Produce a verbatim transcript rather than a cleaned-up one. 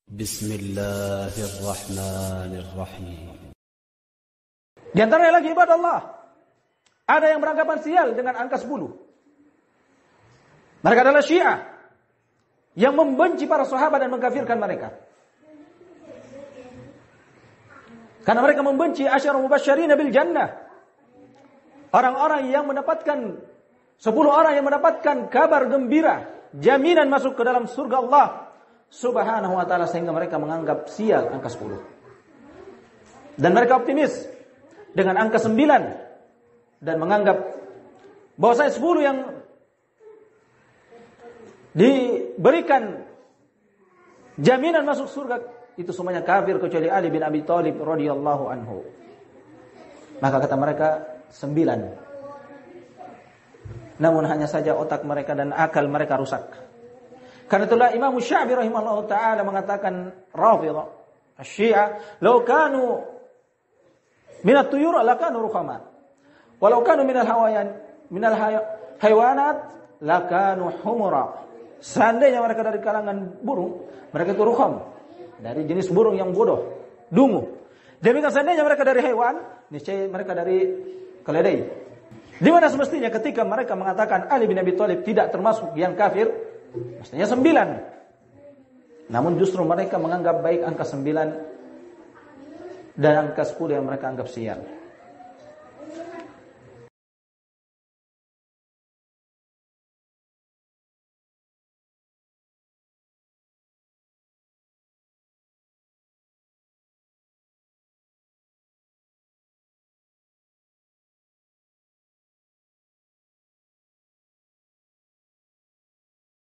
Bismillahirrahmanirrahim. Di antaranya lagi ibadah Allah, ada yang beranggapan sial dengan angka sepuluh. Mereka adalah Syiah yang membenci para sahabat dan mengkafirkan mereka. Karena mereka membenci asyarul mubasysyirin bil jannah. Orang-orang yang mendapatkan sepuluh orang yang mendapatkan kabar gembira, jaminan masuk ke dalam surga Allah Subhanahu wa ta'ala, sehingga mereka menganggap sial angka sepuluh. Dan mereka optimis dengan angka sembilan dan menganggap bahwasanya sepuluh yang diberikan jaminan masuk surga itu semuanya kafir kecuali Ali bin Abi Thalib radhiyallahu anhu. Maka kata mereka sembilan. Namun hanya saja otak mereka dan akal mereka rusak. Karena itulah Imam Syafi'i rahimahullah ta'ala mengatakan Rafidhah Syiah law kanu minat tuyur lakanu rukhama walau kanu minal hawayan minal haywanat lakanu humura. Seandainya mereka dari kalangan burung, mereka itu rukham, dari jenis burung yang bodoh, dungu. Demikian seandainya mereka dari hewan, niscaya mereka dari keledai. Di mana semestinya ketika mereka mengatakan Ali bin Abi Thalib tidak termasuk yang kafir, mestinya sembilan. Namun justru mereka menganggap baik angka sembilan dan angka sepuluh yang mereka anggap sial.